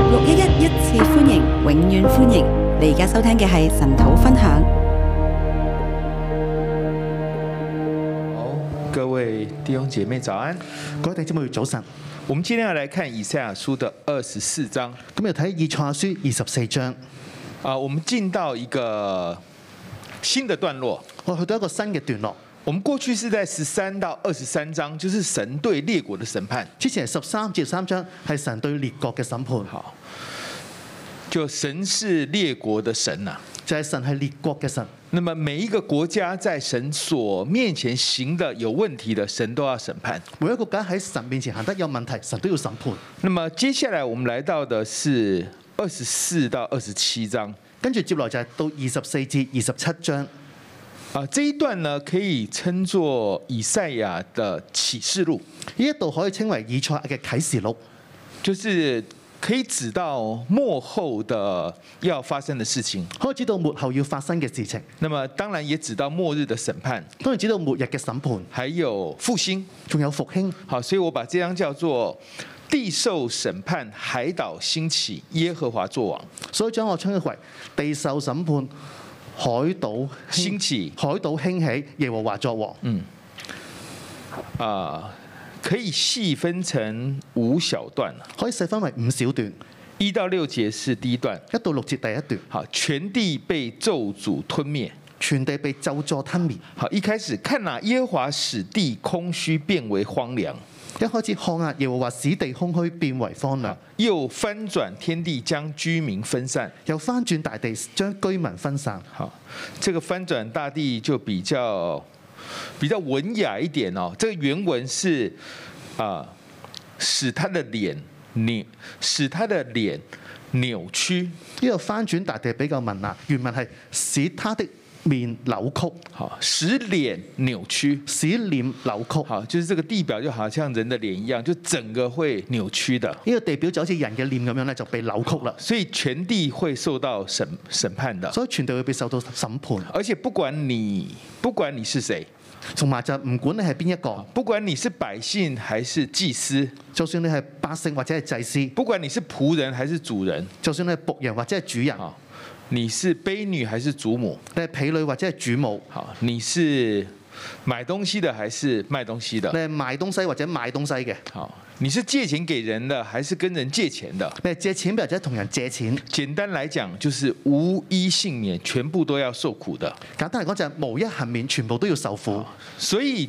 611一次歡迎，永遠歡迎！你而家收聽嘅係神土分享。 好，各位弟兄姐妹早安， 各位弟兄姊妹早晨。 我們今天要來看以賽亞書的24章。 今日睇以賽亞書24章。 我們進到一個新的段落。 我去到一個新嘅段落。 我們過去是在13到23章，就是神對列國的審判。 之前係13至13章係神對列國嘅審判。 好，就神是列國的神啊， 就係神係列國嘅神。 那麼每一個國家在神所面前行的有問題的，神都要審判。 每一個國家喺神面前行得有問題，神都要審判。 那麼接下來我們來到的是24到27章， 跟住接來就係到24至27章。 這一段呢可以稱作以賽亞的啟示錄， 呢一度可以稱為以賽亞嘅啟示錄， 就是可以指到末後的要發生的事情， 可以指到末後要發生嘅事情。 那麼當然也指到末日的審判， 當然指到末日嘅審判， 還有復興， 仲有復興。 好，所以我把這章叫做地受審判，海島興起，耶和華作王。 所以將我稱為地受審判，海島興起， 海島興起，耶和華作王。 可以細分成5小段， 可以細分為5小段。 1到6節是第一段 ，1到6節第一段。 好，全地被咒詛吞滅， 全地被咒詛吞滅。 好，一開始看哪，耶和華使地空虛變為荒涼。 一開始看啊，耶和華使地空虛變為荒涼， 又翻轉天地將居民分散， 又翻轉大地將居民分散。 好，這個翻轉大地就比較文雅一點哦。這個原文是使他的臉扭曲。 呢個翻轉大地比較文雅，原文係使他的面扭曲， 好，使臉扭曲， 使臉扭曲。 好，就是這個地表就好像人的臉一樣，就整個會扭曲的。 呢個地表就好似人嘅臉咁樣咧，就被扭曲啦。 所以全地會受到審判的。 所以全地會被受到審判。 而且不管你是誰， 同埋就唔管你係邊一個， 不管你是百姓還是祭司， 就算你係百姓或者係祭司， 不管你是僕人還是主人， 就算你係僕人或者係主人， 你是婢女還是主母， 你係婢女或者係主母， 好，你是買東西的還是賣東西的， 你係賣東西或者賣東西嘅， 好，你是借錢給人的還是跟人借錢的， 你係借錢或者同人借錢。 簡單來講，就是無一幸免，全部都要受苦的。 簡單嚟講就係無一幸免，全部都要受苦。 所以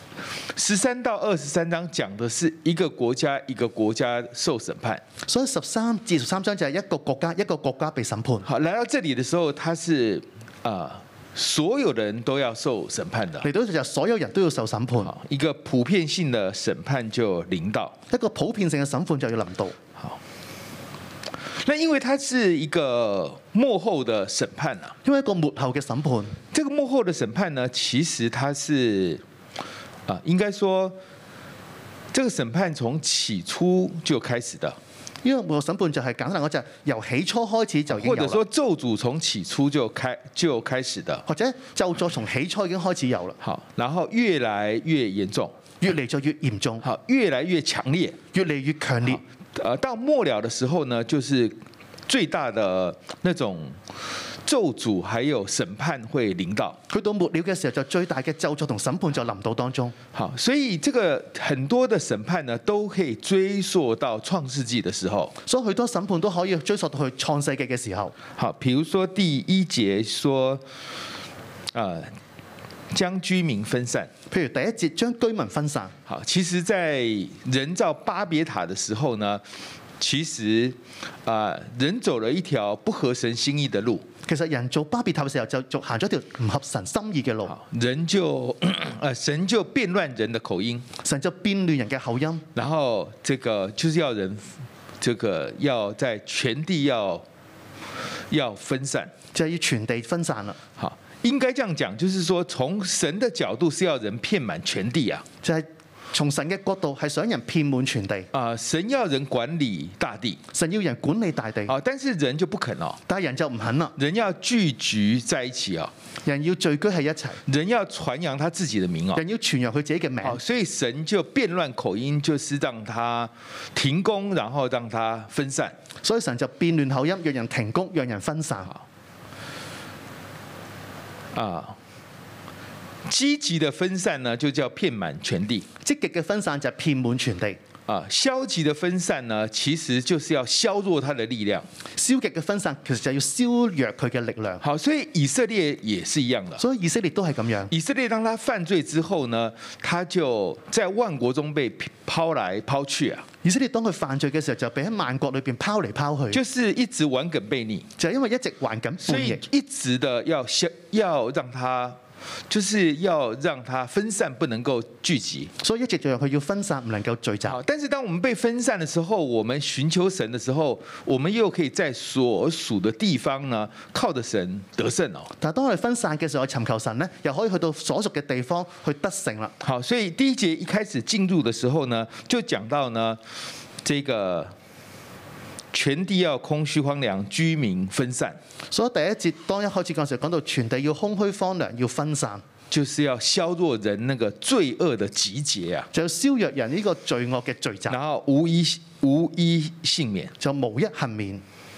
13到23章講的是一個國家受審判。 所以13至13章就係一個國家被審判。 好，來到這裡的時候，它是所有的人都要受審判的。 嚟到就所有人都要受審判。 一個普遍性的審判就臨到。 一個普遍性嘅審判就要臨到。 好，那因為它是一個末後的審判啊。 因為一個末後嘅審判。 這個末後的審判呢，其實它是應該說，這個審判從起初就開始的。 因為末後審判就係簡單講就係由起初開始就已經有啦。 或者說咒詛從起初就開始的。 或者咒詛從起初已經開始有啦。 好，然後越來越嚴重， 越嚟就越嚴重。 好，越來越強烈， 越嚟越強烈。 到末了的時候呢，就是最大的那種咒詛還有審判會臨到。 去到末了嘅時候，就最大嘅咒詛同審判就臨到當中。 好，所以這個很多的審判呢，都可以追溯到創世紀的時候。 所以許多審判都可以追溯到去創世紀嘅時候。 好，譬如說第1節說，將居民分散。 譬如第1節將居民分散。 好，其實在人造巴別塔的時候呢，其實人走了一條不合神心意的路。 其實人做巴別塔嘅時候就行咗條唔合神心意嘅路。 神就變亂人的口音， 神就變亂人嘅口音。 然後這個就是要人，這個要在全地要分散， 就係要全地分散啦。 好，應該這樣講，就是說從神的角度是要人遍滿全地啊。 就係從神嘅角度係想人遍滿全地， 神要人管理大地， 神要人管理大地， 但是人就不肯哦， 但係人就唔肯啦， 人要聚集在一起啊， 人要聚居喺一齊， 人要傳揚他自己的名哦， 人要傳揚佢自己嘅名， 所以神就變亂口音，就是讓他停工，然後讓他分散， 所以神就變亂口音，讓人停工，讓人分散。 積極的分散呢，就叫遍滿全地； 積極嘅分散就係遍滿全地。 消極的分散呢，其實就是要削弱他的力量。 消極嘅分散其實就要削弱佢嘅力量。 好，所以以色列也是一樣的。 所以以色列都係咁樣。 以色列當他犯罪之後呢，他就在萬國中被拋來拋去啊。 以色列當佢犯罪嘅時候，就被喺萬國裏邊拋嚟拋去， 就是一直頑梗悖逆， 就係因為一直頑梗所以悖逆， 一直的要讓他。就是要讓他分散，不能夠聚集， 所以一直就讓佢要分散，唔能夠聚集。 但是當我們被分散的時候，我們尋求神的時候，我們又可以在所屬的地方呢，靠着神得勝哦。 但係當我哋分散嘅時候，尋求神呢，又可以去到所屬嘅地方去得勝啦。 好，所以第一節一開始進入的時候呢，就講到呢，這個全地要空虛荒涼，居民分散。 所以第一節當一開始嗰陣時候講到全地要空虛荒涼，要分散， 就是要削弱人那個罪惡的集結啊， 就要削弱人呢個罪惡嘅聚集， 然後無一幸免， 就無一幸免。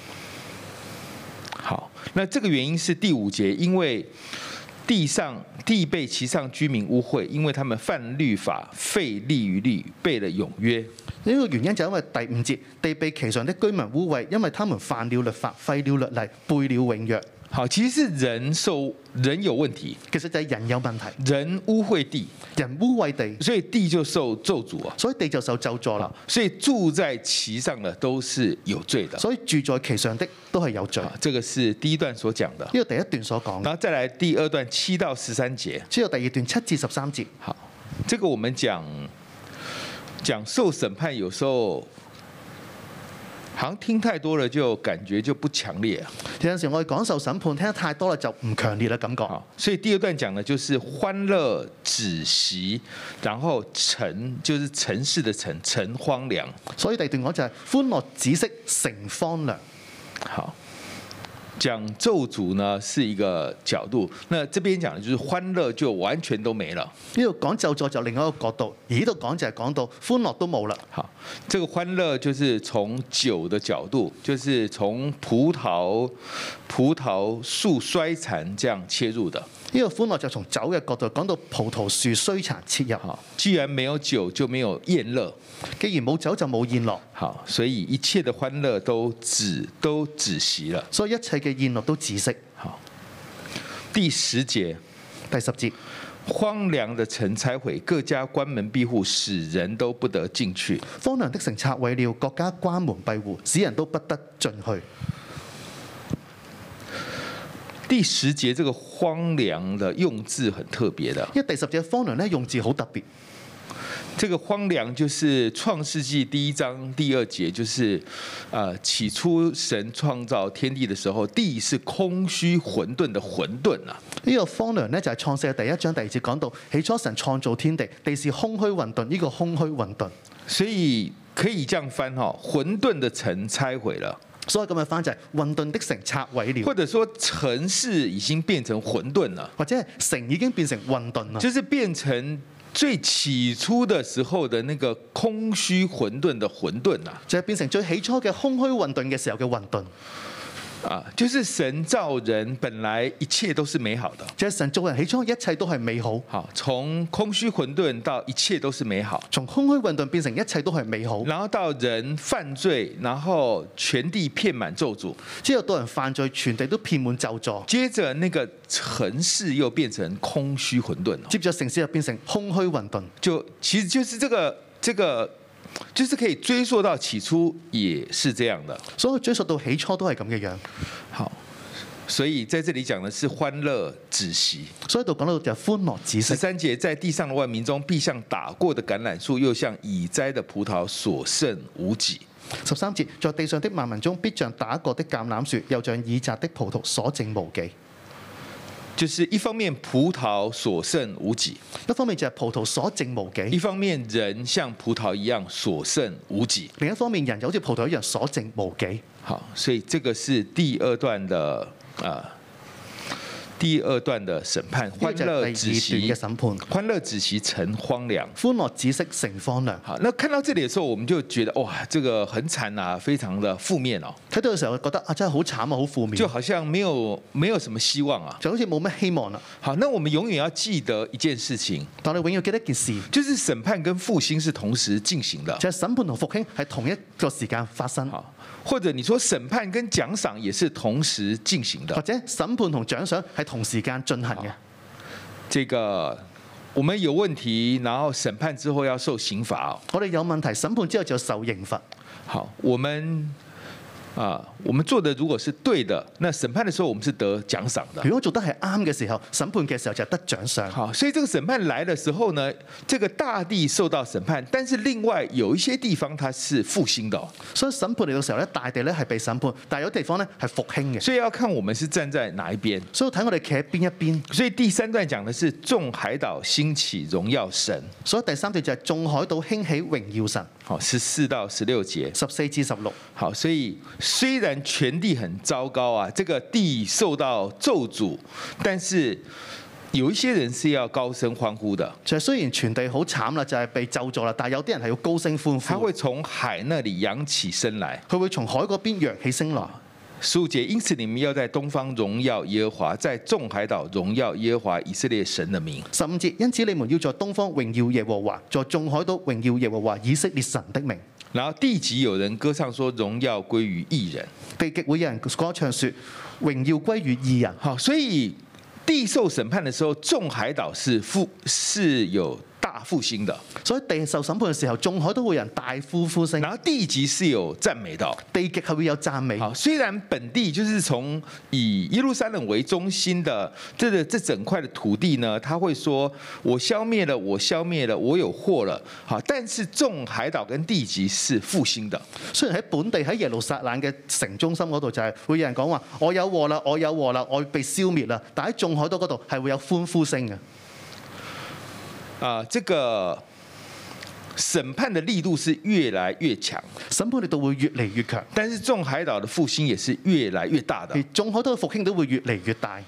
好，那這個原因是第5節，因為地被其上居民污穢，因為他們犯律法，廢立於律，背了永約。 呢個原因就因為第5節，地被其上的居民污穢，因為他們犯了律法，廢了律例，背了永約。 好，其實是人有問題， 其實就係人有問題， 人污穢地， 人污穢地， 所以地就受咒詛啊， 所以地就受咒詛啦。 所以住在其上的都是有罪的， 所以住在其上的都係有罪。 這個是第一段所講的， 呢個第一段所講。 然後再來第二段7到13節， 之後第二段7至13節。 好，這個我們講受審判，有時候好像聽太多了，就感覺就不強烈啊。 有陣時我哋講受審判聽得太多啦，就唔強烈嘅感覺。 所以第二段講的就是歡樂止息，然後城就是城市的城荒涼。 所以第二段講就係歡樂止息，城荒涼。 好。講咒詛呢是一個角度，那這邊講的就是歡樂就完全都沒了。 呢度講咒詛就另一個角度，而呢度講就係講到歡樂都冇啦。 好，這個歡樂就是從酒的角度，就是從葡萄樹衰殘這樣切入的。 呢個歡樂就從酒嘅角度講到葡萄樹衰殘切入。 既然沒有酒，就沒有宴樂。 既然冇酒就冇宴樂。 好，所以一切的歡樂都止息了。 所以一切嘅宴樂都止息。 好，第10節， 第10節， 荒涼的城拆毀，各家關門閉戶，使人都不得進去。 荒涼的城拆毀了，各家關門閉戶，使人都不得進去。 第10節這個荒涼的用字很特別的， 因為第10節荒涼呢用字好特別。 這個荒涼就是創世紀第1章第2節，就是起初神創造天地的時候，地是空虛混沌的混沌啊。 呢個荒涼呢，就係創世記第1章第2節講到，起初神創造天地，地是空虛混沌，呢個空虛混沌。 所以可以這樣翻哈，混沌的城拆毀了。 所以咁樣翻就係混沌的城拆毀了， 或者說城市已經變成混沌了， 或者係城已經變成混沌啦， 就是變成最起初的時候的那個空虛混沌的混沌啦， 就係變成最起初嘅空虛混沌嘅時候嘅混沌。 就是神造人本來一切都是美好的， 就係神造人起初一切都係美好。 好，從空虛混沌到一切都是美好， 從空虛混沌變成一切都係美好， 然後到人犯罪，然後全地遍滿咒詛， 之後到人犯罪，全地都遍滿咒詛， 接着那個城市又變成空虛混沌， 接着城市又變成空虛混沌， 其實就是這個。就是可以追溯到起初也是這樣的， 所以追溯到起初都係咁嘅樣。 好，所以在這裡講的是歡樂止息。 所以度講到就係歡樂止息。 13節，在地上的萬民中，必像打過的橄欖樹，又像已摘的葡萄，所剩無幾。 13節，在地上的萬民中，必像打過的橄欖樹，又像已摘的葡萄，所剩無幾。 就是一方面葡萄所剩無幾， 一方面就係葡萄所剩無幾， 一方面人像葡萄一樣所剩無幾。 另一方面人就好似葡萄一樣所剩無幾。 好，所以這個是第二段的第二段的審判，歡樂止息嘅審判， 歡樂止息成荒涼， 歡樂止息成荒涼。 好，那看到這裡的時候，我們就覺得哇，這個很慘啊，非常的負面哦。 睇到嘅時候覺得啊，真係好慘啊，好負面， 就好像沒有什麼希望啊， 就好似冇乜希望啦。 好，那我們永遠要記得一件事情， 但係永遠記得一件事， 就是審判跟復興是同時進行的， 就係審判同復興係同一個時間發生。 好，或者你說審判跟獎賞也是同時進行的， 或者審判同獎賞係同時間進行嘅。 這個我們有問題，然後審判之後要受刑罰哦。 我哋有問題，審判之後就受刑罰。 好，我們做的如果是對的，那審判的時候我們是得獎賞的。 如果做得係啱嘅時候，審判嘅時候就得獎賞。 好，所以這個審判來的時候呢，這個大地受到審判，但是另外有一些地方它是復興的。 所以審判嚟到時候咧，大地咧係被審判，但係有地方咧係復興嘅。 所以要看我們是站在哪一邊。 所以睇我哋企喺邊一邊。 所以第三段講的是眾海島興起榮耀神。 所以第三段就係眾海島興起榮耀神。 好，14到16節。 14至16。 好，所以雖然全地很糟糕啊，這個地受到咒詛，但是有一些人是要高聲歡呼的。 就係雖然全地好慘啦，就係被咒詛啦，但係有啲人係要高聲歡呼。 他會從海那裡揚起聲來。 佢會從海嗰邊揚起聲來。 15節，因此你們要在東方榮耀耶和華，在眾海島榮耀耶和華以色列神的名。 15節，因此你們要在東方榮耀耶和華，在眾海島榮耀耶和華以色列神的名。 然後地極有人歌唱說榮耀歸於義人。 地極會有人歌唱說榮耀歸於義人。 好，所以地受審判的時候，眾海島是有大復興的， 所以地受審判嘅時候，眾海都會有人大呼聲。 然後地極是有讚美的， 地極係會有讚美。 好，雖然本地就是從以耶路撒冷為中心的這整塊的土地呢，他會說我消滅了，我有禍了。好，但是眾海島跟地極是復興的。 雖然喺本地喺耶路撒冷嘅城中心嗰度就係會有人講話我有禍啦，我被消滅啦，但喺眾海島嗰度係會有歡呼聲嘅。 這個審判的力度是越來越強， 審判力度會越嚟越強， 但是眾海島的復興也是越來越大的。 而眾海島嘅復興都會越嚟越大。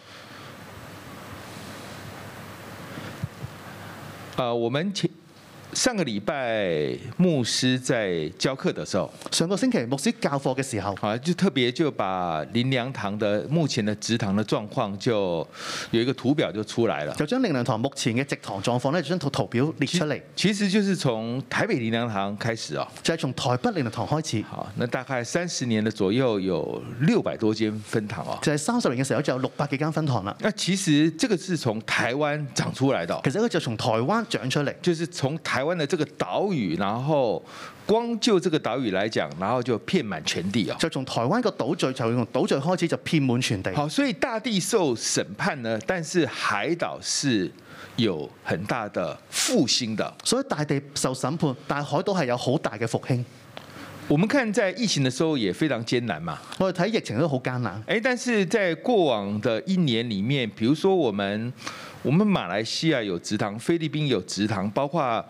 我們上個禮拜牧師在教課的時候， 上個星期牧師教課嘅時候， 就特別就把靈糧堂的目前的植堂的狀況就有一個圖表就出來了， 就將靈糧堂目前嘅植堂狀況呢，就將圖表列出嚟。 其實就是從台北靈糧堂開始啊， 就係從台北靈糧堂開始。 好，那大概30年的左右有600多間分堂啊， 就係30年嘅時候就有600幾間分堂啦。 那其實這個是從台灣長出來的， 其實佢就從台灣長出嚟， 就是從台灣的這個島嶼，然後光就這個島嶼來講，然後就遍滿全地啊。 就從台灣個島嶼，就從島嶼開始就遍滿全地。 好，所以大地受審判呢，但是海島是有很大的復興的。 所以大地受審判，但海島係有好大嘅復興。 我們看在疫情的時候也非常艱難嘛。 我哋睇疫情都好艱難。 但是在過往的1年裡面，比如說我們馬來西亞有植堂，菲律賓有植堂，包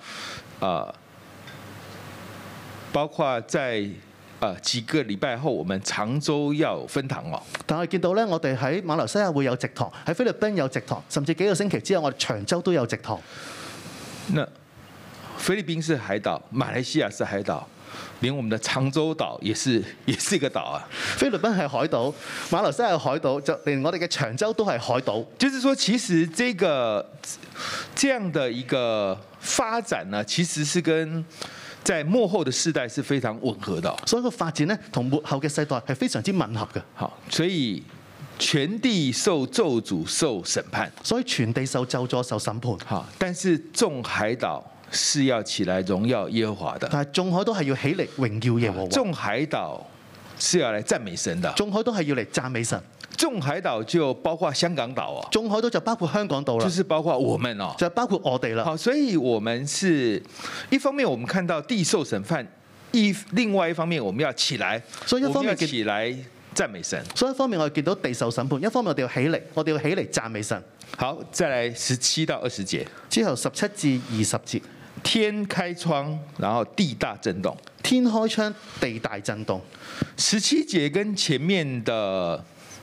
括在幾個禮拜後，我們長洲要有分堂哦。 但係見到呢，我哋喺馬來西亞會有植堂，喺菲律賓有植堂，甚至幾個星期之後，我哋長洲都有植堂。 那菲律賓是海島，馬來西亞是海島，連我們的長洲島也是一個島啊。 菲律賓係海島，馬來西亞係海島，就連我哋嘅長洲都係海島。 就是說，其實這樣的一個發展呢，其實是跟在末後的世代是非常吻合的。 所以個發展呢，同末後嘅世代係非常之吻合嘅。 好，所以全地受咒詛受審判， 所以全地受咒詛受審判。 好，但是眾海島是要起來榮耀耶和華的。 但係眾海都係要起嚟榮耀耶和華。 眾海島是要來讚美神的。 眾海都係要嚟讚美神。 眾海島就包括香港島哦。 眾海島就包括香港島啦。 就是包括我們哦。 就包括我哋啦。 好，所以我們是一方面我們看到地受審判，另外一方面我們要起來， 所以一方面起來讚美神。 所以一方面我哋見到地受審判，一方面我哋要起嚟，我哋要起嚟讚美神。 好，再來17到20節， 之後17至20節， 天開窗，然後地大震動。 天開窗，地大震動。 17節跟前面的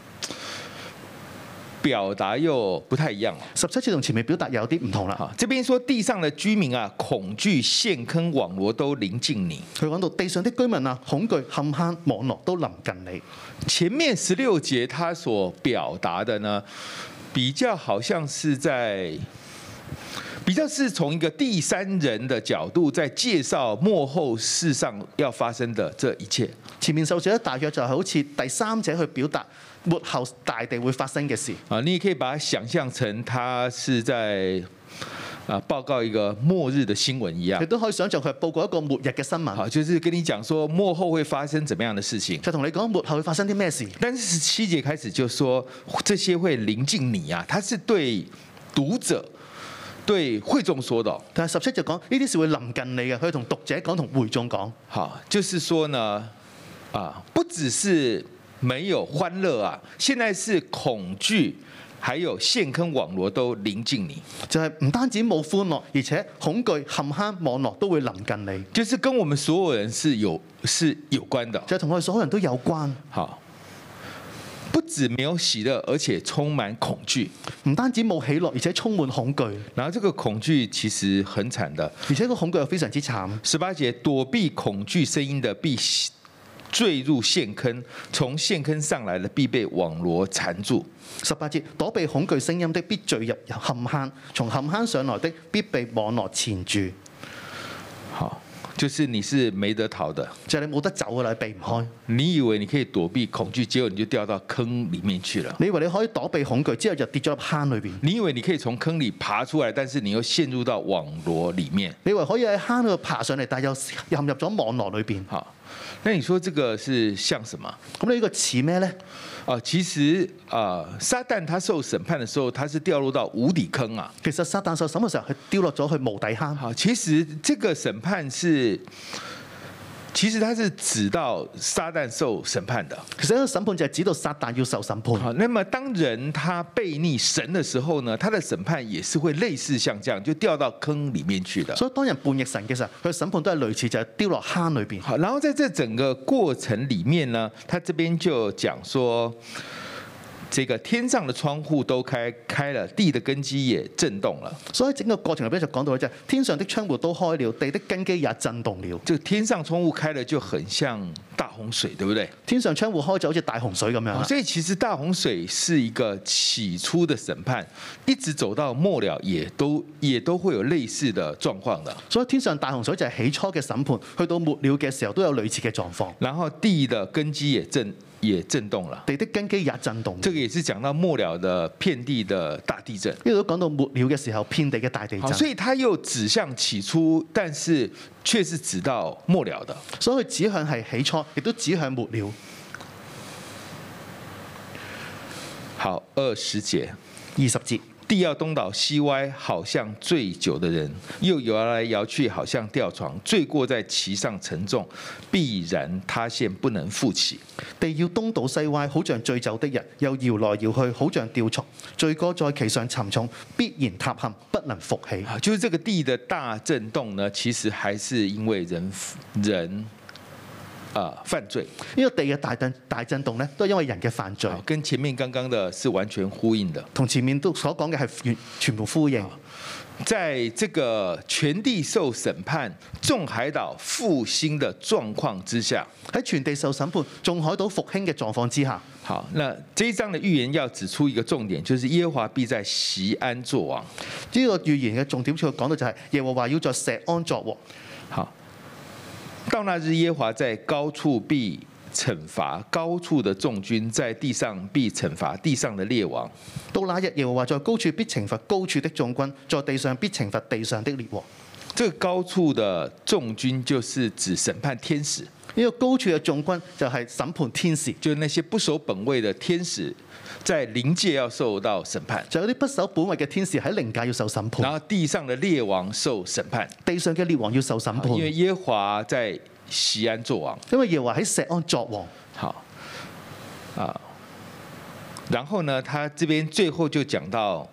表達又不太一樣。 17節同前面表達有啲唔同啦。 好，這邊說地上的居民啊，恐懼陷坑網羅都臨近你。 佢講到地上的居民啊，恐懼陷坑網絡都臨近你。 前面16節他所表達的呢，比較好像是比較是從一個第三人的角度在介紹末後世上要發生的這一切。 前面受寫大約就係好似第三者去表達末後大地會發生嘅事。 啊，你也可以把它想象成他是在報告一個末日的新聞一樣。 你都可以想象佢係報告一個末日嘅新聞。 好，就是跟你講說末後會發生怎麼樣的事情。 就同你講末後會發生啲咩事。 但是17節開始就說這些會臨近你啊，他是對讀者、對會眾說的。 但係17就講呢啲事會臨近你嘅，佢同讀者講，同會眾講。 好，就是說呢，不只是沒有歡樂啊，現在是恐懼，還有陷坑網羅都臨近你。 就係唔單止冇歡樂，而且恐懼陷坑網絡都會臨近你。 就是跟我們所有人是有關的。 就係同我哋所有人都有關。 好。不止沒有喜樂，而且充滿恐懼。 唔單止冇喜樂，而且充滿恐懼。 然後這個恐懼其實很慘的， 而且個恐懼又非常之慘。 18節，躲避恐懼聲音的必墜入陷坑，從陷坑上來的必被網羅纏住。 18節，躲避恐懼聲音的必墜入陷坑，從陷坑上來的必被網羅纏住。 好。就是你是沒得逃的， 就係你冇得走噶啦，避唔開。 你以為你可以躲避恐懼，結果你就掉到坑裡面去了。 你以為你可以躲避恐懼，之後就跌咗入坑裏邊。 你以為你可以從坑裡爬出來，但是你又陷入到網羅裡面。 你以為可以喺坑度爬上嚟，但係又陷入咗網絡裏邊。 好，那你說這個是像什麼？ 咁你呢個似咩呢？ 其實撒旦他受審判的時候，他是掉落到無底坑啊。 其實撒旦受審嘅時候，佢掉落咗去無底坑。 好，其實這個審判是，其實它是指到撒旦受審判的。 其實呢個審判就係指到撒旦要受審判。 好，那麼當人他背逆神的時候呢，他的審判也是會類似像這樣，就掉到坑裡面去的。 所以當人叛逆神嘅時候，佢審判都係類似，就係掉落坑裏邊。 好，然後在這整個過程裡面呢，他這邊就講說，這個天上的窗戶都開了，地的根基也震動了。 所以整個過程裏邊就講到就係天上的窗戶都開了，地的根基也震動了。 這個天上窗戶開了就很像大洪水，對不對？ 天上窗戶開就好似大洪水咁樣。 所以其實大洪水是一個起初的審判，一直走到末了也都會有類似的狀況的。 所以天上大洪水就係起初嘅審判，去到末了嘅時候都有類似嘅狀況。 然後地的根基也震動了， 地的根基也震動。 這個也是講到末了的遍地的大地震。 呢度都講到末了嘅時候，遍地嘅大地震。 所以它又指向起初，但是卻是指到末了的。 所以佢指向係起初，亦都指向末了。 好，20節 ，20節。 地要東倒西歪，好像醉酒的人；又搖來搖去，好像吊床。罪過在其上沉重，必然塌陷，不能復起。 地要東倒西歪，好像醉酒的人；又搖來搖去，好像吊床。罪過在其上沉重，必然塌陷，不能復起。 就是這個地的大震動呢，其實還是因為人犯罪。 呢個地嘅大震動呢，都係因為人嘅犯罪， 跟前面剛剛的是完全呼應的， 同前面都所講嘅係全部呼應。 在這個全地受審判、眾海島復興的狀況之下， 喺全地受審判、眾海島復興嘅狀況之下， 好，那這一章的預言要指出一個重點，就是耶和華必在錫安作王。 呢個預言嘅重點，佢講到就係耶和華要在錫安作王。 好。到那日，耶和華在高處必懲罰高處的眾軍，在地上必懲罰地上的列王。 到那日，耶和華在高處必懲罰高處的眾軍，在地上必懲罰地上的列王。 這個高處的眾軍就是指審判天使。 呢個高處嘅眾軍就係審判天使， 就是那些不守本位的天使，在靈界要受到審判。 就有啲不守本位嘅天使喺靈界要受審判。 然後地上的列王受審判， 地上嘅列王要受審判。 因為耶和華在錫安作王。 因為耶和華喺錫安作王。 好， 啊。然后呢，他这边最后就讲到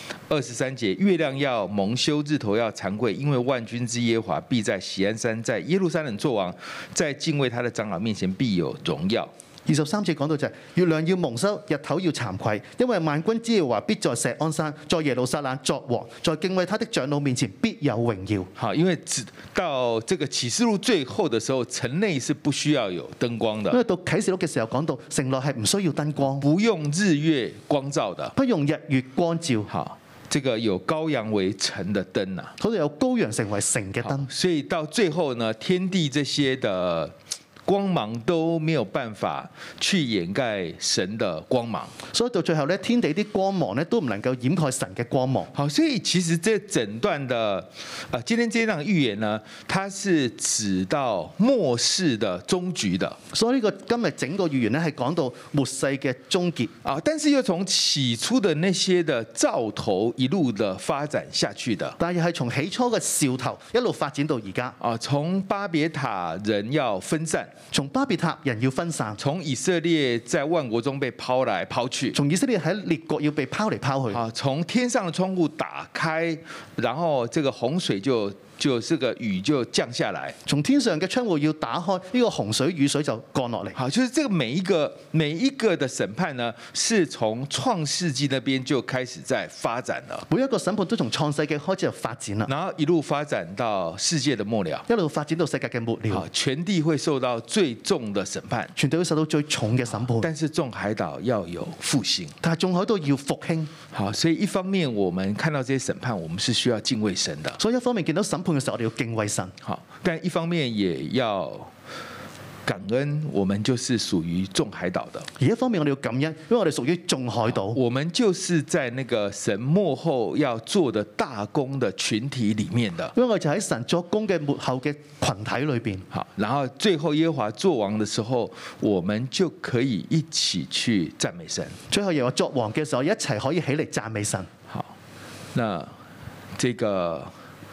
23节，月亮要蒙羞，日头要惭愧，因为万军之耶和华必在锡安山，在耶路撒冷作王，在敬畏他的長老面前必有榮耀。 23節講到就係月亮要蒙羞，日頭要慚愧，因為萬軍之耶和華必在錫安山，在耶路撒冷作王，在敬畏他的長老面前必有榮耀。 好，因為到這個啟示錄最後的時候，城內是不需要有燈光的。 因為到啟示錄嘅時候講到城內係唔需要燈光， 不用日月光照的， 不用日月光照。 好，這個有羔羊為城的燈啊， 嗰度有羔羊成為城嘅燈。 所以到最後呢，天地這些的光芒都沒有辦法去掩蓋神的光芒， 所以到最後咧，天地啲光芒咧都唔能夠掩蓋神嘅光芒。 好，所以其實這整段的今天這段預言呢，它是指到末世的終局的。 所以呢個今日整個預言咧係講到末世嘅終結啊，但是又從起初的那些的兆頭一路的發展下去的。 但係從起初嘅兆頭一路發展到而家。 啊，從巴別塔人要分散。 從巴別塔人要分散， 從以色列在萬國中被拋來拋去， 從以色列喺列國要被拋嚟拋去。 啊，從天上的窗戶打開，然後這個洪水就這個雨就降下來。 從天上嘅窗戶要打開，呢個洪水雨水就降落嚟。 好，就是這個每一個的審判呢，是從創世紀那邊就開始在發展了。 每一個審判都從創世紀開始就發展啦， 然後一路發展到世界的末了， 一路發展到世界嘅末了。 全地會受到最重的審判， 全地會受到最重嘅審判。 但是眾海島要有復興， 但係眾海島要復興。 好，所以一方面我們看到這些審判，我們是需要敬畏神的。 所以一方面見到審判嘅時候，我哋要敬畏神。 好，但一方面也要感恩，我們就是屬於眾海島的。 而一方面我哋要感恩，因為我哋屬於眾海島。 我們就是在那個神末後要做的大功的群體裡面的。 因為我哋就喺神作工嘅末後嘅群體裏邊。 好，然後最後耶和華作王的時候，我們就可以一起去讚美神。 最後耶和華作王嘅時候，一齊可以起嚟讚美神。 好，那這個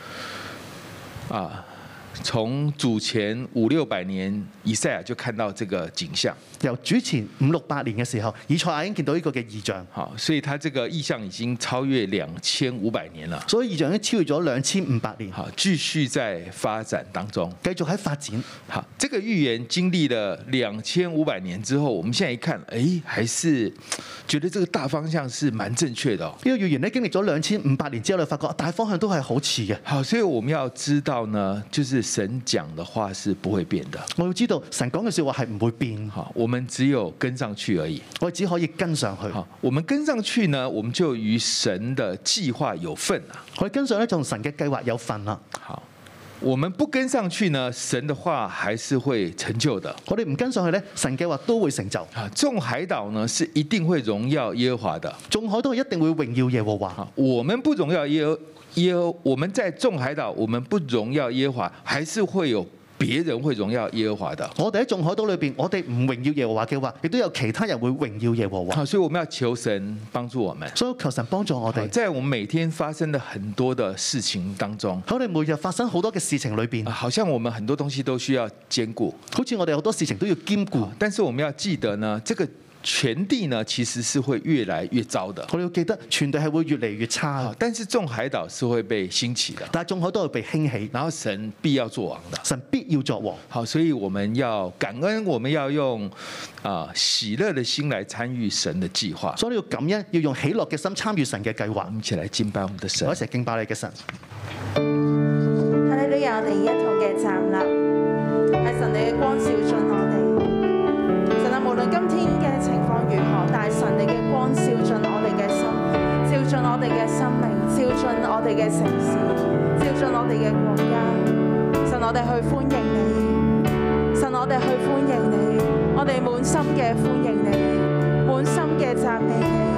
從主前500-600年，以賽亞就看到這個景象。 由主前500-600年嘅時候，以賽亞已經見到呢個嘅異象。 好，所以他這個異象已經超越2500年了。 所以異象已經超越咗2500年。 好，繼續在發展當中， 繼續喺發展。 好，這個預言經歷了2500年之後，我們現在一看，還是覺得這個大方向是蠻正確的。 呢個預言咧經歷咗2500年之後，你發覺大方向都係好似嘅。 好，所以我們要知道呢，就是神講的話是不會變的。 我要知道神講嘅說話係唔會變。 好，我們只有跟上去而已。 我哋只可以跟上去。 好，我們跟上去呢，我們就與神的計劃有份啦。 我哋跟上咧，就同神嘅計劃有份啦。 好，我們不跟上去呢，神的話還是會成就的。 我哋唔跟上去咧，神嘅話都會成就。 啊，眾海島呢是一定會榮耀耶和華的。 眾海島一定會榮耀耶和華。 我們不榮耀我們在眾海島，我們不榮耀耶和華，還是會有別人會榮耀耶和華的。 我哋喺眾海島裏邊，我哋唔榮耀耶和華嘅話，亦都有其他人會榮耀耶和華。 好，所以我們要求神幫助我們。 所以求神幫助我哋， 在我們每天發生的很多的事情當中， 喺我哋每日發生好多嘅事情裏邊， 好像我們很多東西都需要兼顧， 好似我哋好多事情都要兼顧。 但是我們要記得呢，這個全地呢其實是會越來越糟的。 我哋要記得，全地係會越嚟越差。 但是眾海島是會被興起的， 但係眾海島會被興起， 然後神必要作王的， 神必要作王。 好，所以我們要感恩，我們要用喜樂的心來參與神的計劃。 所以要感恩，要用喜樂嘅心參與神嘅計劃。 我們一起來敬拜我們的神， 我一齊敬拜你嘅神。 哈利路亞，我哋一同嘅站立，係神你嘅光照進我哋。神啊，無論今天嘅情況如何，但係神你嘅光照進我哋嘅心，照進我哋嘅生命，照進我哋嘅城市，照進我哋嘅國家。神，我哋去歡迎你，神，我哋去歡迎你，我哋滿心嘅歡迎你，滿心嘅讚美你。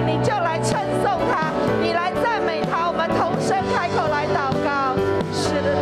名，你就来称颂他，你来赞美他。我们同声开口来祷告。是的，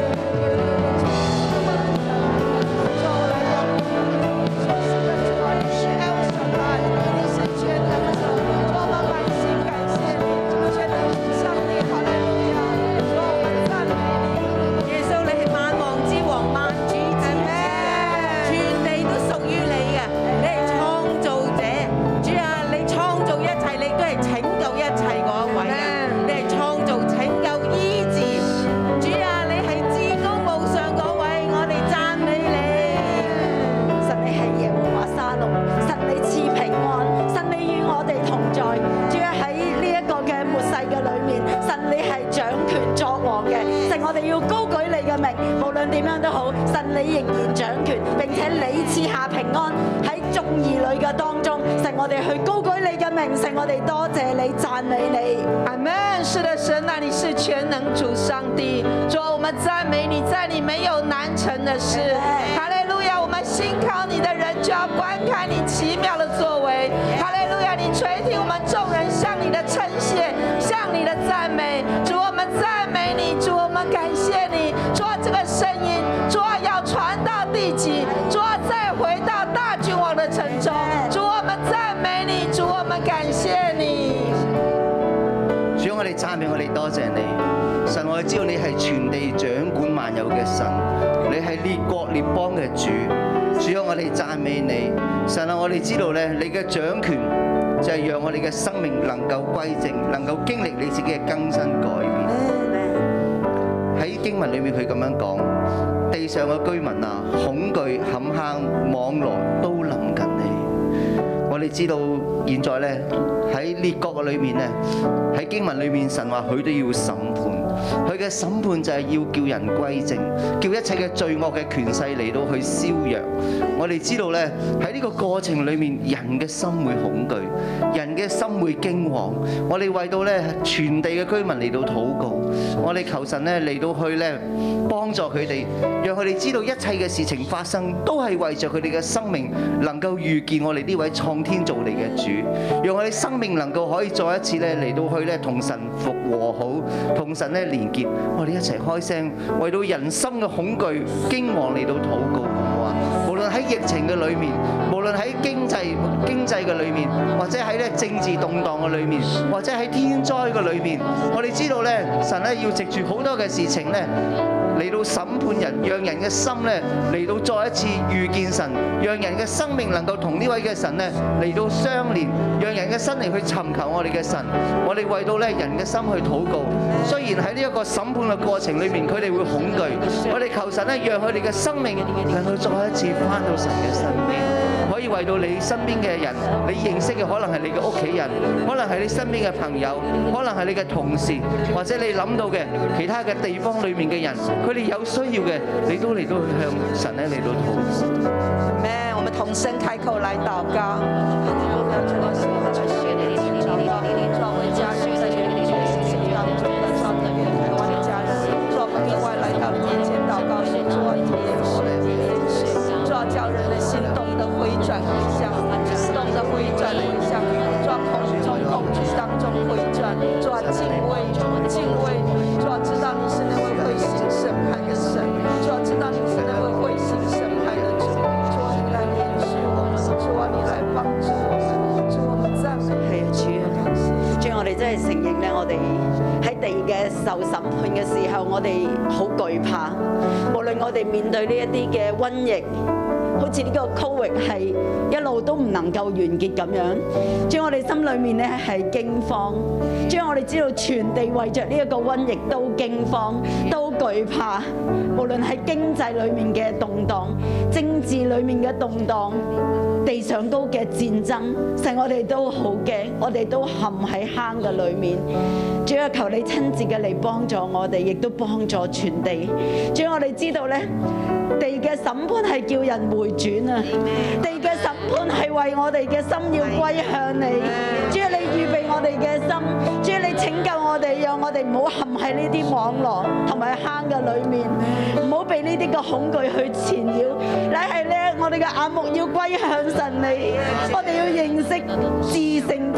無論點樣都好，神你仍然掌權，並且你賜下平安喺眾兒女嘅當中。神，我哋去高舉你嘅名，神，我哋多謝你，讚美你。 阿門。是的，神啊，你是全能主上帝，主，我們讚美你，在你沒有難成的事。哈利路亞，我們信靠你的人就要觀看你奇妙的作為。哈利路亞，你垂聽我們眾人向你的稱謝，向你的讚美。主，我們讚美你，主，我們感謝你。主，這個聲音，主要傳到地極，主再回到大君王的城中。主，我們讚美你，主，我們感謝你。 主，我哋讚美，我哋多謝你，神，我哋知道你係全地掌管萬有嘅神，你係列國列邦嘅主。主啊，我哋讚美你，神啊，我哋知道咧，你嘅掌權就係讓我哋嘅生命能夠歸正，能夠經歷你自己嘅更新改變。喺經文裏面佢咁樣講，地上嘅居民啊，恐懼、坎坷、網羅都臨近你。我哋知道現在咧喺列國嘅裏面咧，喺經文裏面神話佢都要審判，佢嘅審判就係要叫人歸正，叫一切嘅罪惡嘅權勢嚟到去消弱。我哋知道咧喺呢個過程裏面，人嘅心會恐懼，人嘅心會驚惶。我哋為到咧全地嘅居民嚟到禱告，我哋求神咧嚟到去咧幫助佢哋，讓佢哋知道一切嘅事情發生都係為着佢哋嘅生命能夠遇見我哋呢位創天造地嘅主，讓我哋生命能夠可以再一次咧嚟到去咧同神復和好，同神咧連結。我哋一齊開聲，為到人心嘅恐懼、驚惶嚟到禱告，好唔好啊？無論喺疫情嘅裏面，無論喺經濟嘅裏面，或者喺咧政治動盪嘅裏面，或者喺天災嘅裏面，我哋知道咧，神咧要藉住好多嘅事情咧嚟到審判人，讓人嘅心咧嚟到再一次遇見神，讓人嘅生命能夠同呢位嘅神咧嚟到相連，讓人嘅心嚟去尋求我哋嘅神。我哋為到咧人嘅心去禱告。雖然喺呢一個審判嘅過程裏面，佢哋會恐懼，我哋求神咧，讓佢哋嘅生命能夠再一次返到神嘅身邊。可以為到你身邊嘅人，你認識嘅可能係你嘅屋企人，可能係你身邊嘅朋友，可能係你嘅同事，或者你諗到嘅其他嘅地方裏面嘅人，佢哋有需要嘅，你都嚟到去向神咧嚟到禱告。 Amen，我們同聲開口來禱告。另外來到你面前禱告，是主啊，主啊，叫人的心動的回轉回向，動的回轉回向，主啊，從恐懼當中回轉，主啊，敬畏，主啊，知道你是那位會行審判的神，主啊，知道你是那位會行審判的主，主啊，你來憐恤我們，主啊，你來幫助我們，主我們讚美你。 係啊，主啊，主，我哋真係承認咧，我哋喺地嘅受審判嘅時候，我哋好懼怕。無論我哋面對呢一啲嘅瘟疫，好似呢個 Covid 係一路都唔能夠完結咁樣。主，我哋心裏面咧係驚慌。主，我哋知道全地為着呢一個瘟疫都驚慌，都懼怕。無論喺經濟裏面嘅動盪、政治裏面嘅動盪、地上高嘅戰爭，使我哋都好驚，我哋都陷喺坑嘅裏面。主啊，求你親自嘅嚟幫助我哋，亦都幫助全地。主啊，我哋知道咧，地嘅審判係叫人回轉啊！地嘅審判係為我哋嘅心要歸向你。主啊，你預備我哋嘅心，主啊，你拯救我哋，讓我哋唔好陷喺呢啲網羅同埋坑嘅裏面，唔好被呢啲嘅恐懼去纏繞。乃係咧，我哋嘅眼目要歸向神你，我哋要認識至聖者，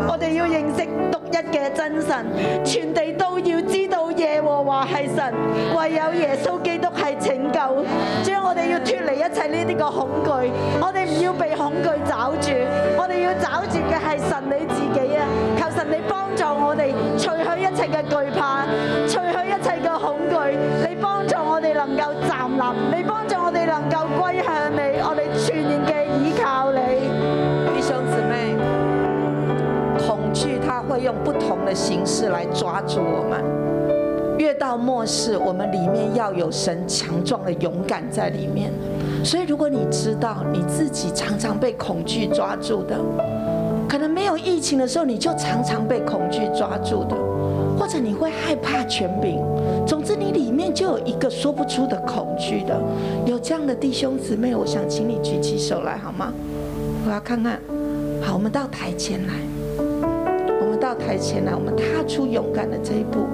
我哋要認識獨一嘅真神，全地都要知道耶和華係神，唯有耶穌基督係拯救。主啊，我哋要脫離一切呢啲個恐懼，我哋唔要被恐懼抓住，我哋要抓住嘅係神你自己啊！求神你幫助我哋，除去一切嘅懼怕，除去一切嘅恐懼，你幫助我哋能夠站立，你幫助我哋能夠歸向你，我哋全然嘅倚靠你。 弟兄姊妹，恐惧它会用不同的形式来抓住我们。越到末世，我们里面要有神强壮的勇敢在里面。所以，如果你知道你自己常常被恐惧抓住的，可能没有疫情的时候，你就常常被恐惧抓住的，或者你会害怕权柄。总之，你里面就有一个说不出的恐惧的。有这样的弟兄姊妹，我想请你举起手来好吗？我要看看。好，我们到台前来，我们到台前来，我们踏出勇敢的这一步。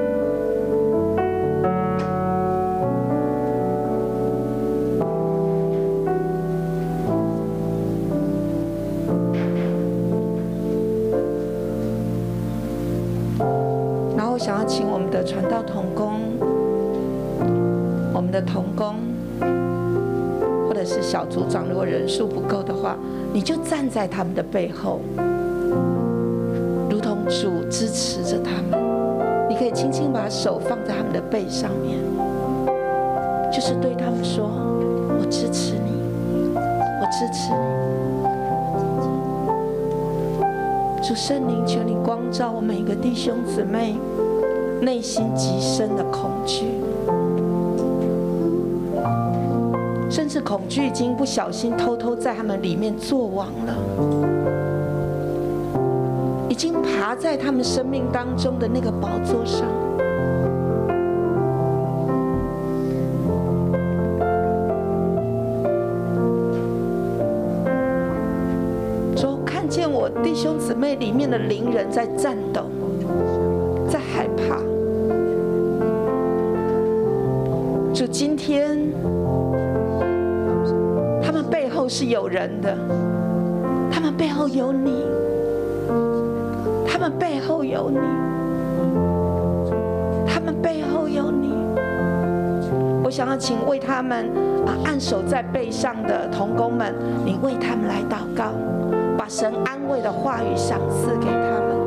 然后我想要请我们的传道同工，我们的同工，或者是小组长，如果人数不够的话，你就站在他们的背后，如同主支持着他们。你可以轻轻把手放在他们的背上面，就是对他们说：“我支持你，我支持你。”主圣灵，求你光照我每一个弟兄姊妹内心极深的恐惧。甚至恐惧已经不小心偷偷在他们里面作王了，已经爬在他们生命当中的那个宝座上。主，看见我弟兄姊妹里面的灵人在颤抖，在害怕。主，今天他们背后是有人的，他们背后有你，他们背后有你，他们背后有你。我想要请为他们按手在背上的同工们，你为他们来祷告，把神安慰的话语赏赐给他们。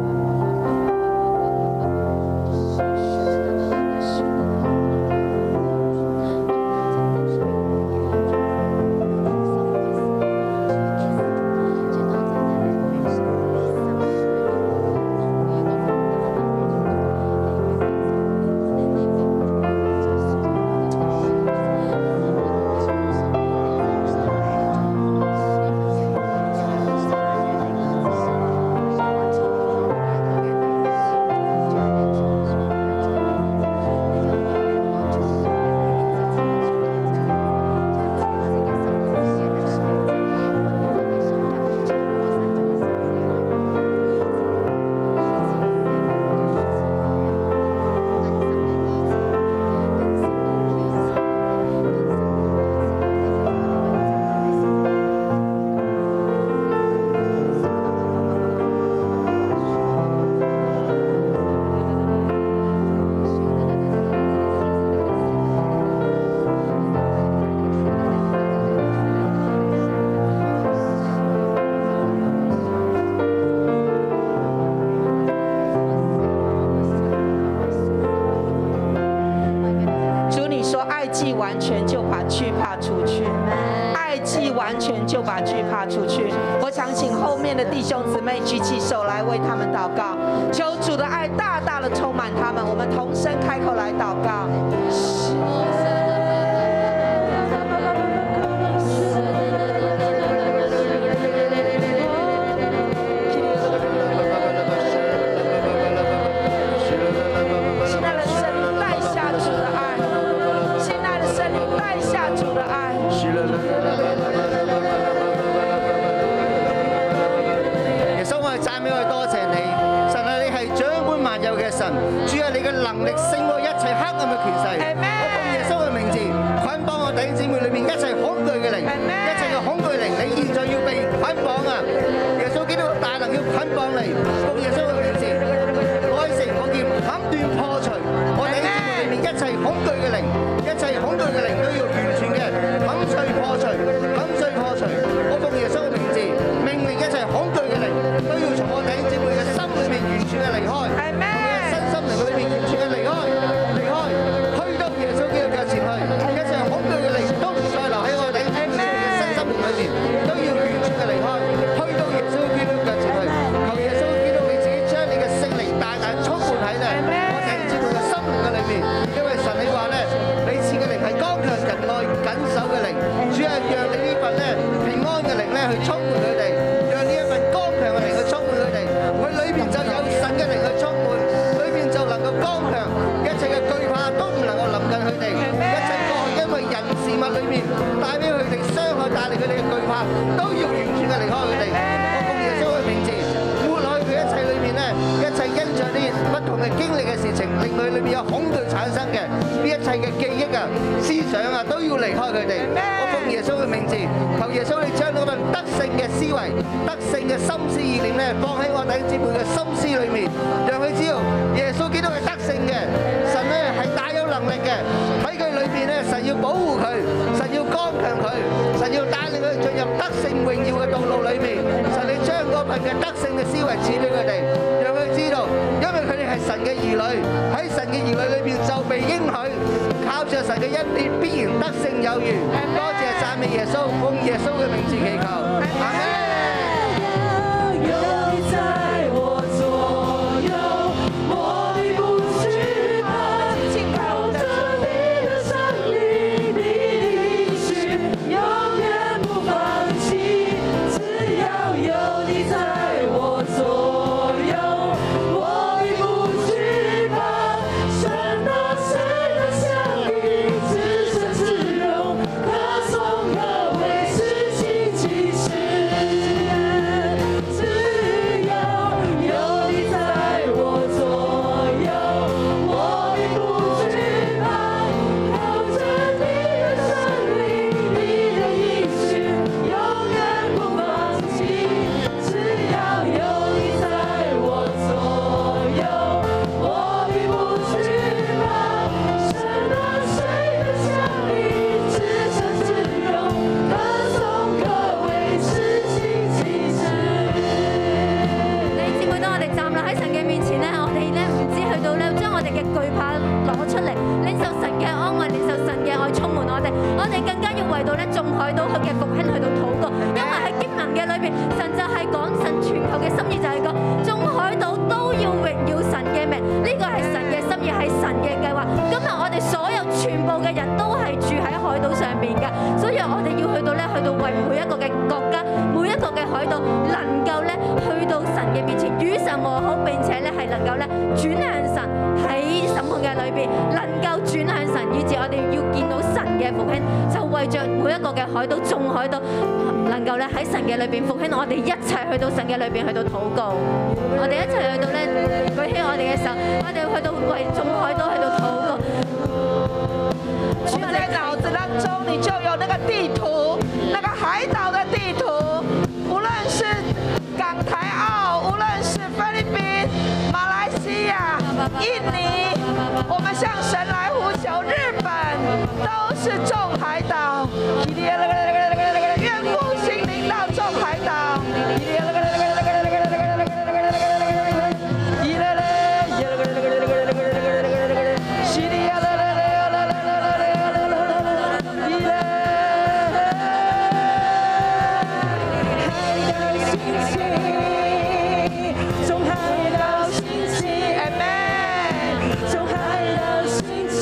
既完全就把惧怕出去，爱既完全就把惧怕出去。我想请后面的弟兄姊妹举起手来为他们祷告，求主的爱大大的充满他们。我们同声开口来祷告。 主啊，你嘅能力勝過一切黑暗嘅權勢。我奉耶穌嘅名字捆綁我弟兄姊妹裏面一切恐懼嘅靈，一切嘅恐懼靈，你現在要被捆綁啊！耶穌基督嘅大能要捆降嚟，奉耶穌嘅名字，愛城火劍砍斷破除我哋喺裏面一切恐懼嘅靈，一切恐懼嘅靈都要完全嘅砍碎破除，砍碎破除。我奉耶穌嘅名字，命令一切恐懼嘅靈都要從我哋姊妹嘅心裏面完全嘅離開，從佢嘅身心靈裏面完全嘅離開，去到耶穌基督嘅前去，一切恐懼嘅靈都唔再留喺我哋姊妹嘅身心靈裏面，都要完全嘅離開，去到耶穌基督嘅前去。求耶穌基督你自己將你嘅聖靈大大充滿喺咧我哋姊妹嘅心靈嘅裏面，因為神你話咧，你賜嘅靈係剛強仁愛緊守嘅靈，主係讓你呢份咧平安嘅靈咧去充滿佢哋，讓呢一份剛強嘅靈去充滿佢哋，佢裏邊就有神嘅靈去充滿，裏邊就能夠剛強，一切嘅懼怕都唔能夠臨近佢哋，一切過去因為人事物裏面帶俾佢哋傷害帶嚟佢哋嘅懼怕，都要完全嘅離開佢哋。我奉耶穌嘅名字，抹落去佢一切裏面咧，一切因着呢不同嘅經歷嘅事情，令佢裏面有恐懼產生嘅呢一切嘅記憶啊、思想啊，都要離開佢哋。我奉耶穌嘅名字，求耶穌你將嗰份得勝嘅思維、得勝嘅心思意念咧，放喺我弟兄姊妹嘅心思裏面，讓佢知道耶穌基督係得勝嘅，神咧係大有能力嘅，喺佢裏邊咧，神要保護佢，神要剛強佢，神要帶領佢進入得勝榮耀嘅道路裏面。神你將嗰份嘅得勝嘅思維賜俾佢哋，讓佢知道，因為佢哋係神嘅兒女，喺神嘅兒女裏邊就被應許，靠着神嘅恩典必然得勝有餘。多謝讚美耶穌，奉耶穌嘅名字祈求，阿門。 从海到兴起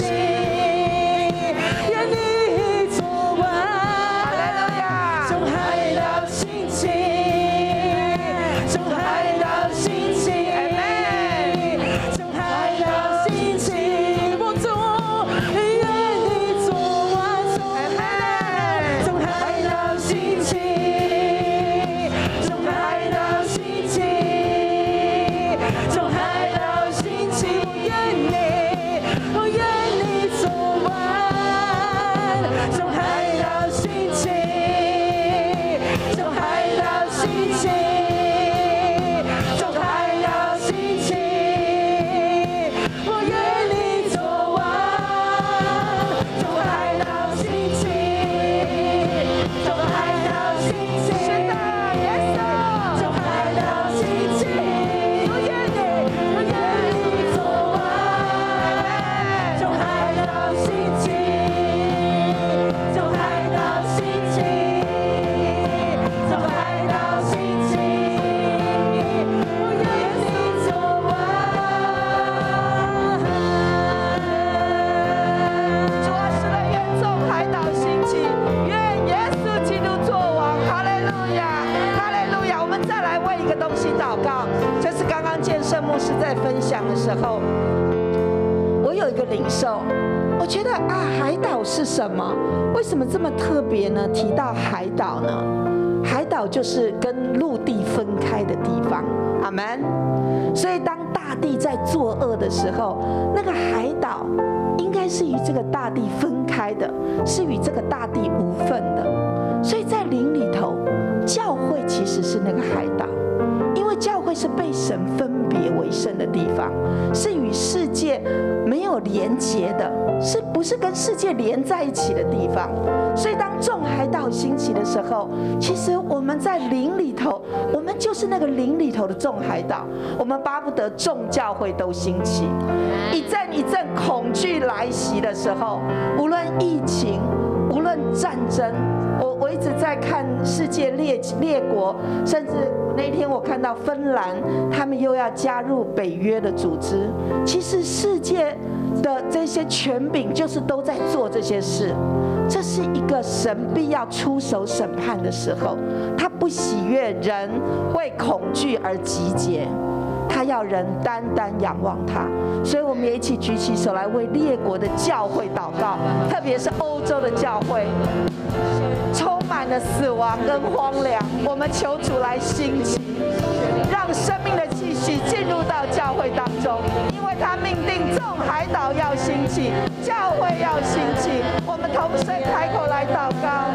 祷告。就是刚刚建设牧师在分享的时候，我有一个领受，我觉得啊，海岛是什么？为什么这么特别呢？提到海岛呢？海岛就是跟陆地分开的地方，阿们。所以当大地在作恶的时候，那个海岛应该是与这个大地分开的，是与这个大地无分的。所以在灵里头，教会其实是那个海岛，因为教会是被神分别为圣的地方，是与世界没有连结的，是不是跟世界连在一起的地方？所以当众海岛兴起的时候，其实我们在灵里头，我们就是那个灵里头的众海岛。我们巴不得众教会都兴起，一阵一阵恐惧来袭的时候，无论疫情，无论战争，我一直在看世界列国，甚至那天我看到芬兰，他们又要加入北约的组织。其实世界的这些权柄就是都在做这些事。这是一个神必要出手审判的时候，他不喜悦人为恐惧而集结，他要人单单仰望他。所以我们也一起举起手来为列国的教会祷告，特别是欧洲的教会充满了死亡跟荒凉，我们求主来兴起，让生命的气息进入到教会当中，因为他命定众海岛要兴起，教会要兴起。我们同声开口来祷告。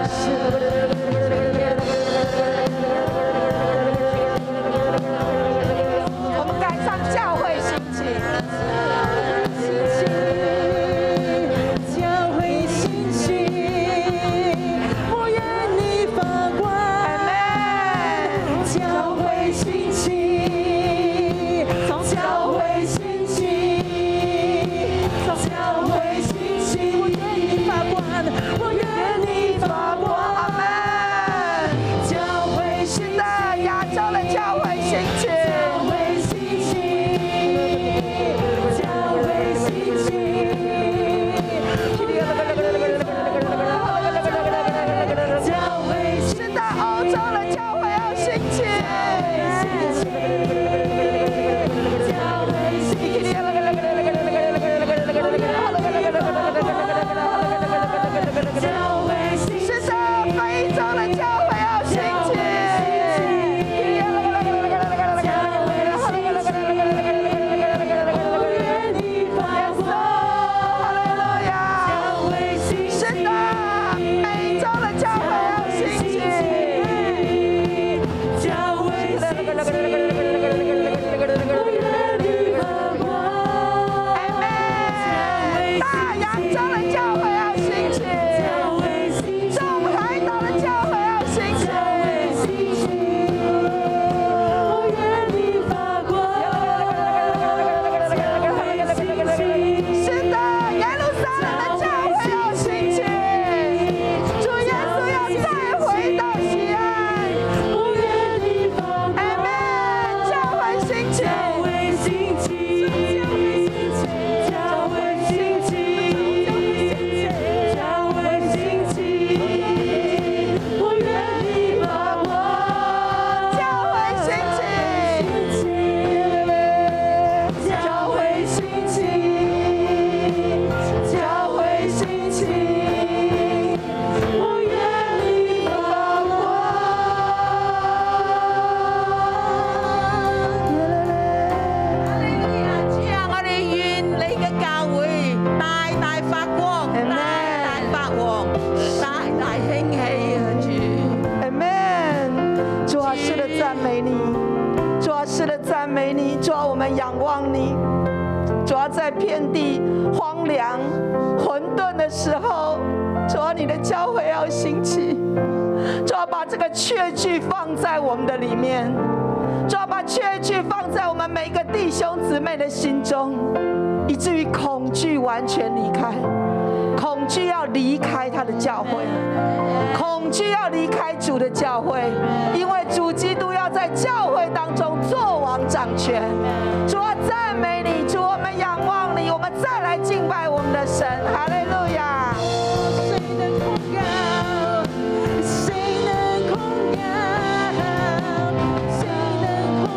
我们赶上教会兴起， 教会兴起，我愿你发光。教会兴起，教会兴起，教会兴起，我愿你发光，我愿你发光。 阿门。 教会兴起， 亚洲的教会兴起。在遍地荒凉混沌的时候，主啊，你的教会要兴起，主啊，把这个确据放在我们的里面，主啊，把确据放在我们每一个弟兄姊妹的心中，以至于恐惧完全离开，恐惧要离开他的教会，恐惧要离开主的教会，因为主基督要在教会当中作王掌权。主啊，赞美你，主，我们仰望你，我们再来敬拜我们的神，哈利路亚。 谁能控告？谁能控告？谁能控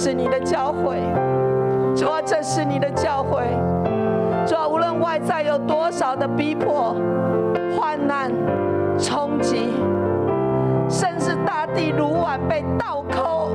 是你的教诲，主啊，这是你的教诲。主啊，无论外在有多少的逼迫、患难、冲击，甚至大地如碗被倒扣，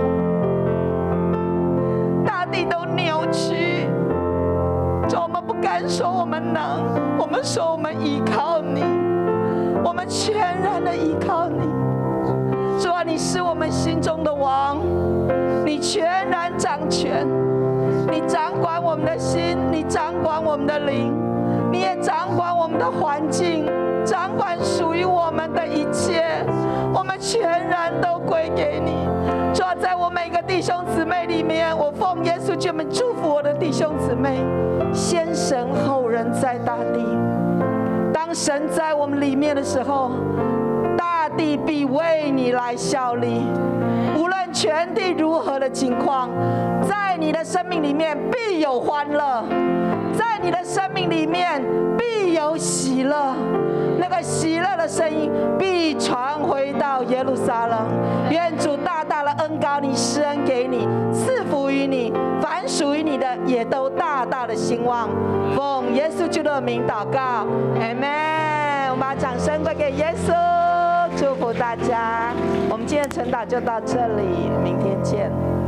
大地都扭曲。主啊，我们不敢说我们能，我们说我们依靠你，我们全然的依靠你。主啊，你是我们心中的王，你全然掌权，你掌管我们的心，你掌管我们的灵，你也掌管我们的环境，掌管属于我们的一切，我们全然都归给你。主啊，在我每个弟兄姊妹里面，我奉耶稣基督祝福我的弟兄姊妹，先神后人在大地。当神在我们里面的时候，大地必为你来效力。无论全地如何的情况，在你的生命里面必有欢乐，在你的生命里面必有喜乐。那个喜乐的声音必传回到耶路撒冷。愿主大大的恩膏你，施恩给你，赐福于你，凡属于你的也都大大的兴旺。奉耶稣基督的名祷告，阿们。我们把掌声归给耶稣，祝福大家。我们今天的晨祷就到这里，明天见。